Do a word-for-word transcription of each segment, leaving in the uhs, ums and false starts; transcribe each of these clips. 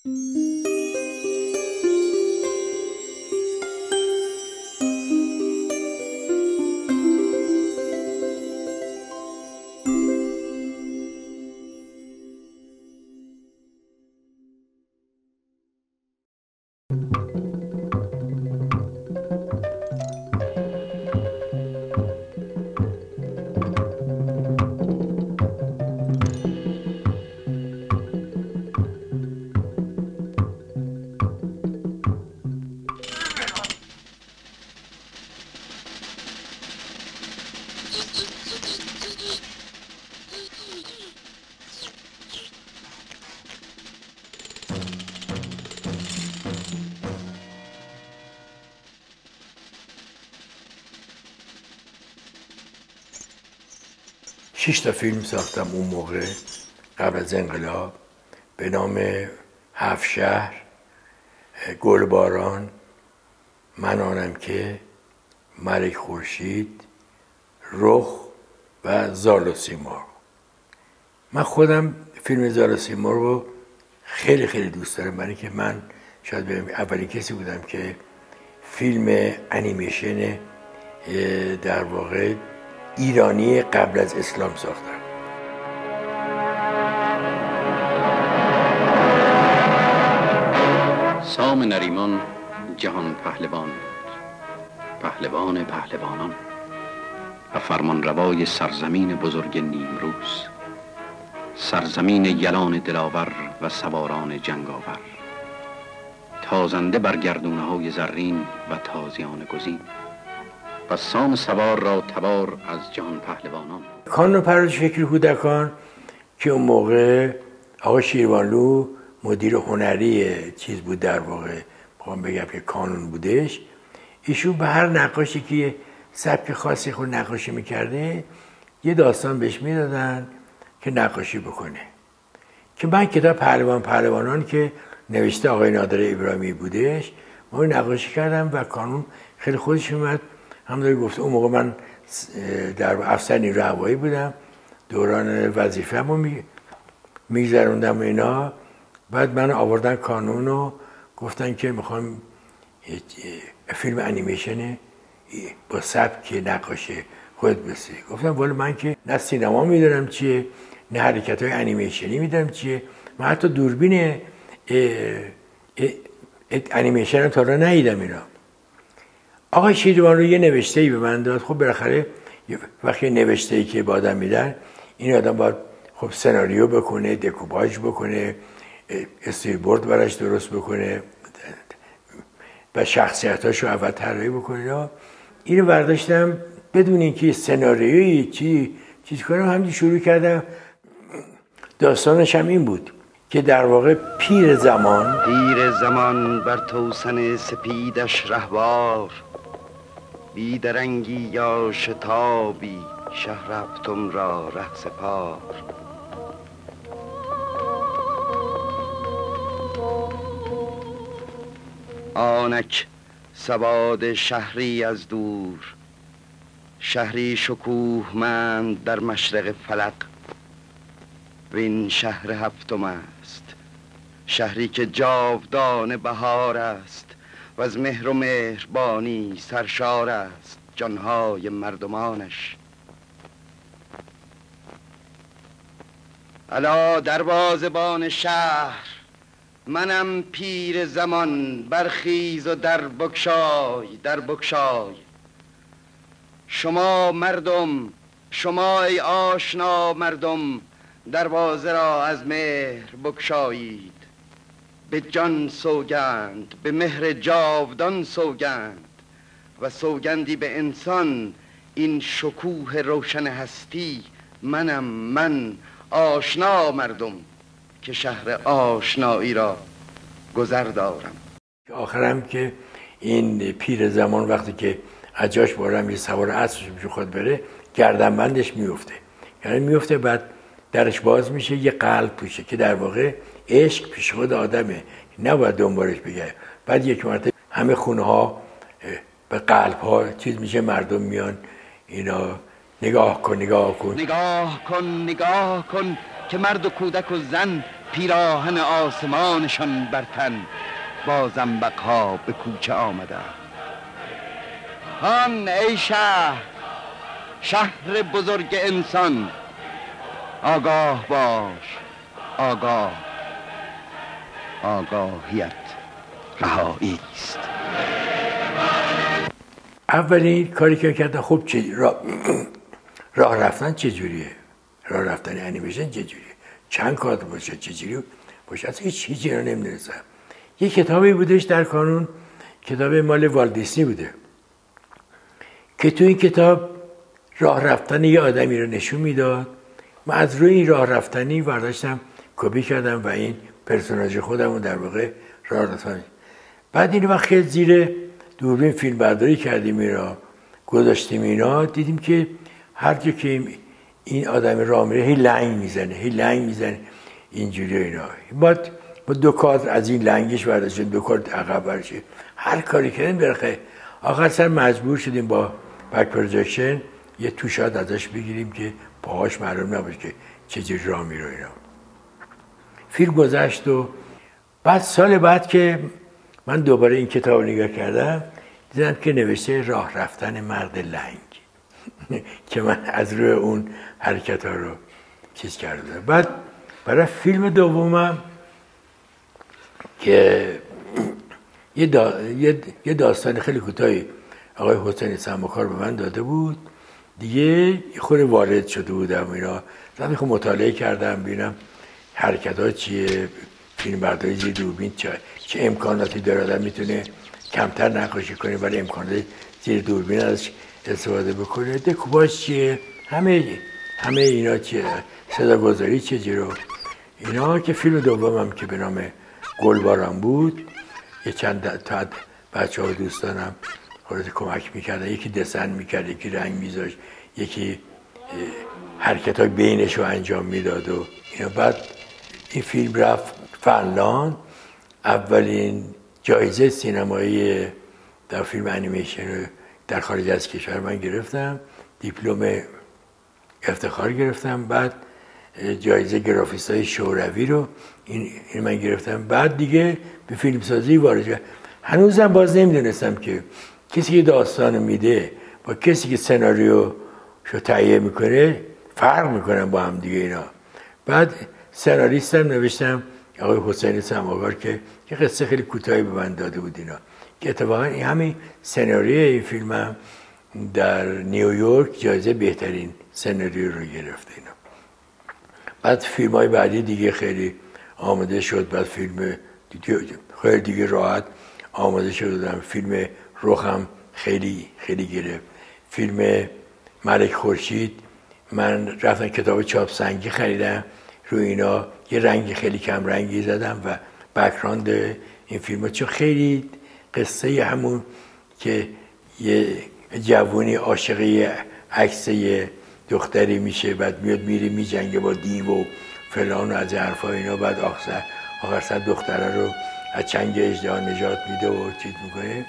شش تا فیلم ساختم اون موقع قبل از انقلاب به نام هفت شهر، گلباران، من آنم که، ملک خورشید، رخ و زال و سیمرغ. من خودم فیلم زال و سیمرغ رو خیلی خیلی دوست دارم، برای که من شاید اولین کسی بودم که فیلم انیمیشن در واقع ایرانی قبل از اسلام ساختم. سام نریمان جهان پهلوان بود، پهلوان پهلوانان و فرمانروای سرزمین بزرگ نیمروز، سرزمین یلان دلاور و سواران جنگاور، تازنده بر گردونه‌های زرین و تازیان گزین، و سام سوار را تبار از جهان پهلوانان. کانون پردازش فکری کودکان که اون موقع آقا شیروانلو مدیر هنری چیز بود، در واقع میخوام بگم که کانون بودش، ایشون به هر نقاشی که سبک خاصی خود نقاشی میکرده یه داستان بهش میدادن که نقاشی بکنه. که من کتاب پهلوان پهلوانان که نوشته آقای نادر ابراهیمی بودش، ما نقاشی کردم و کانون خیلی خودش اومد همونطوری گفته. اون موقع من در افسر نیروی هوایی بودم، دوران وظیفه‌مو میگذروندم اینا. بعد من آوردن کانون رو گفتن که میخوام فیلم انیمیشن با سبک نقاشی خودت بسی. گفتم والا من که نه سینما میدونم چیه، نه حرکت های انیمیشنی میدونم چیه، من حتی دوربین انیمیشن هم تا را ندیدم اینا. آقای شیروان رو یه نوشته‌ای به من داد. خب بالاخره وقتی نوشته‌ای که به آدم میدن، این آدم باید خب سناریو بکنه، دکوپاژ بکنه، استوریبورد براش درست بکنه و شخصیتاشو اول طراحی بکنه. اینو برداشتم بدون اینکه سناریویی چی چیز کنم، همین شروع کردم. داستانش هم این بود که در واقع پیر زمان پیر زمان بر توسن سپیدش رهوار، بیدرنگی یا شتابی شهر هفتم را ره سپار. آنک سواد شهری از دور، شهری شکوهمند در مشرق فلک، وین شهر هفتم است، شهری که جاودان بهار است و از مهر و مهربانی سرشار است جانهای مردمانش. الا دروازه‌بان شهر، منم پیر زمان، برخیز و در بگشای در بگشای. شما مردم، شما ای آشنا مردم، دروازه را از مهر بگشایید. به جان سوگند، به مهر جاودان سوگند و سوگندی به انسان، این شکوه روشن هستی منم، من آشنا مردم که شهر آشنایی را گذر دارم. آخرم که این پیر زمان وقتی که عجاش بارم یه سوار عصرش میشه خود بره، گردنبندش میفته، یعنی میفته، بعد درش باز میشه، یه قلب توشه که در واقع عشق پیش خود آدمه، نباید دنبالش بگه. بعد یک مرتبه همه خونه ها به قلب ها چیز میشه، مردم میان اینا نگاه کن نگاه کن نگاه کن نگاه کن که مرد و کودک و زن پیراهن آسمانشان بر تن، با زنبقها به کوچه آمده. هان ای شهر، شهر بزرگ انسان، آگاه باش، آگاه، آگاهیت رهایی است. اولین کاری که کردن خب چه راه, راه رفتن چجوریه؟ راه رفتن انیمیشن چجوریه؟ چند کادر باشه، چجوری باشه؟ اصلا هیچ چیزی رو نمیدونستم. یه کتابی بودش در کانون، کتاب مال والدیسنی بوده که تو این کتاب راه رفتن یه آدمی رو نشون میداد. من از روی این راه رفتنی برداشتم کپی کردم و این پرسوناژ خودم رو در واقع راه رفتن. بعد این وقت خیلی زیر دوربین فیلم برداری کردیم، اینا گذاشتیم، اینا دیدیم که هر جا که این آدم راه میره هی لنگ میزنه، هی لنگ میزنه اینجوری اینا. بعد با دو کادر از این لنگش برداشتیم، دو کادر عقب برداشتیم، هر کاری کردیم برخه. آخر سر مجبور شدیم با بک پروژکشن یه توشات ازش بگیریم که پاهاش معلوم نباشه که چجوری راه میره اینا. فیلم گذشت و بعد سال بعد که من دوباره این کتاب رو نگاه کردم دیدم که نوشته راه رفتن مرد لنگ که من از روی اون حرکت ها رو چیز کردم. بعد برای فیلم دومم که یه, دا... یه داستان خیلی کوتاهی آقای حسین سماکار به من داده بود دیگه، یه خورده وارد شده بودم اینا، زمین خود مطالعه کردم ببینم حرکت ها چیه، فیلم برداری زیر دوربین چه, چه امکاناتی داره، آدم میتونه کمتر نقاشی کنه ولی امکانات زیر دوربین ازش استفاده بکنه، دکوپاژ چیه، همه همه اینا چیه، صداگذاری چه رو اینا. که فیلم دومم که به نام گلباران بود، یه چند تا بچه ها و دوستانم خودت کمک میکردن، یکی دسن میکرد، یکی رنگ میذاشت، یکی حرکت های بینش رو انجام میداد و اینا. بعد این فیلم رفت فنلاند، اولین جایزه سینمایی در فیلم انیمیشن رو در خارج از کشور من گرفتم، دیپلم افتخار گرفتم. بعد جایزه گرافیست های شوروی رو این, این من گرفتم. بعد دیگه به فیلم سازی وارد شدم. هنوزم باز نمیدونستم که کسی که داستان میده با کسی که سناریو شو تهیه میکنه فرق میکنن با هم دیگه اینا. بعد سناریستم نوشتم آقای حسین سماکار که یه قصه خیلی کوتاهی به من داده بود اینا، که اتفاقا همین سناریوی این فیلمم در نیویورک جایزه بهترین سناریو رو گرفته اینا. بعد فیلم های بعدی دیگه خیلی آماده شد، بعد فیلم دیگه خیلی دیگه راحت آماده شدم. فیلم رخم خیلی خیلی گرفت. فیلم ملک خورشید من رفتم کتاب چاپ سنگی خریدم، روی اینا یه رنگ خیلی کم رنگی زدم و بک‌گراند این فیلم، چون خیلی قصه همون که یه جوونی عاشق عکس یه دختری میشه، بعد میاد میره میجنگه با دیو و فلان و از حرفا اینا، بعد آخر آخر سر دختره رو از چنگ اژدها نجات میده و چیز میکنه.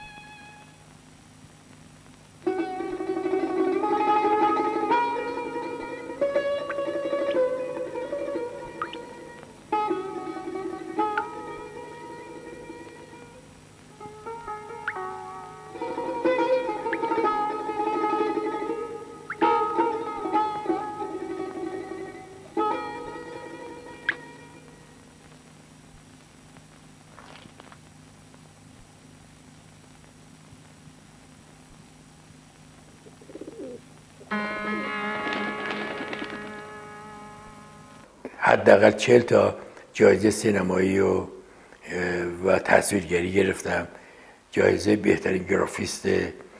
حداقل چهل تا جایزه سینمایی و و تصویرگری گرفتم. جایزه بهترین گرافیست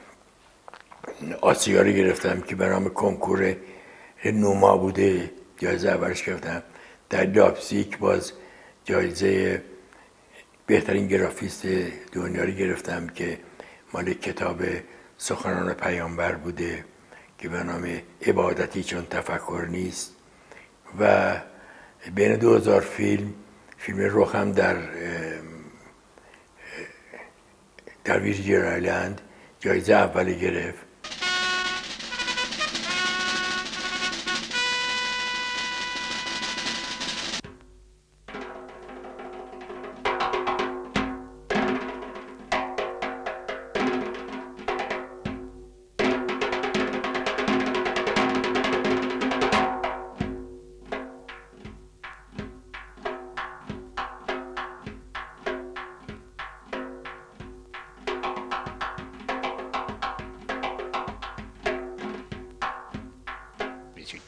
آسیا رو گرفتم که به نام کنکور نوما بوده، جایزه اولش گرفتم. در لایپزیگ باز جایزه بهترین گرافیست دنیا رو گرفتم که مال کتاب سخنان پیامبر بوده که به نام عبادتی چون تفکر نیست. و بین دو هزار فیلم فیلم رخم در در ویرجین آیلند جایزه اول گرفت.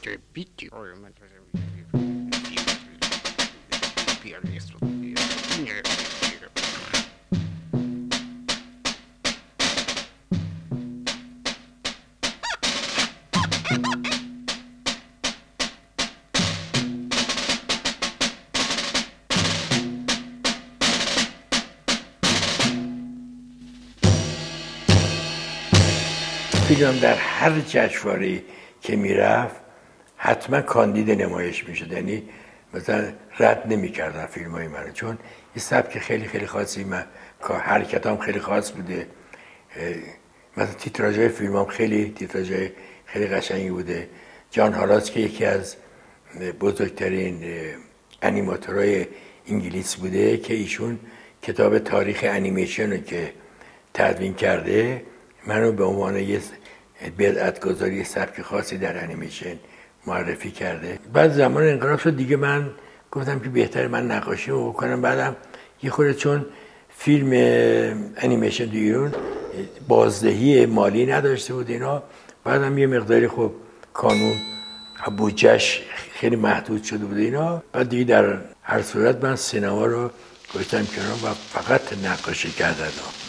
فیلمم در هر جشنواره‌ای که میرفت حتما کاندید نمایش میشد، یعنی مثلا رد نمیکردن فیلم های منو، چون یه سبک خیلی خیلی خاصی، من حرکتام خیلی خاص بوده. مثلا تیتراژهای فیلمام خیلی تیتراژهای خیلی قشنگی بوده. جان هالاس که یکی از بزرگترین انیماتورهای انگلیس بوده که ایشون کتاب تاریخ انیمیشن رو که تدوین کرده، منو به عنوان یه بدعت‌گذاری سبک خاصی در انیمیشن معرفی کرده. بعد زمان انقلاب شد دیگه، من گفتم که بهتره من نقاشی رو بکنم. بعدم یه خورده چون فیلم انیمیشن تو ایران بازدهی مالی نداشته بود اینا، بعدم یه مقداری خب کانون بودجه‌اش خیلی محدود شده بود اینا. بعد دیگه در هر صورت من سینما رو گذاشتم کنار و فقط نقاشی کردم.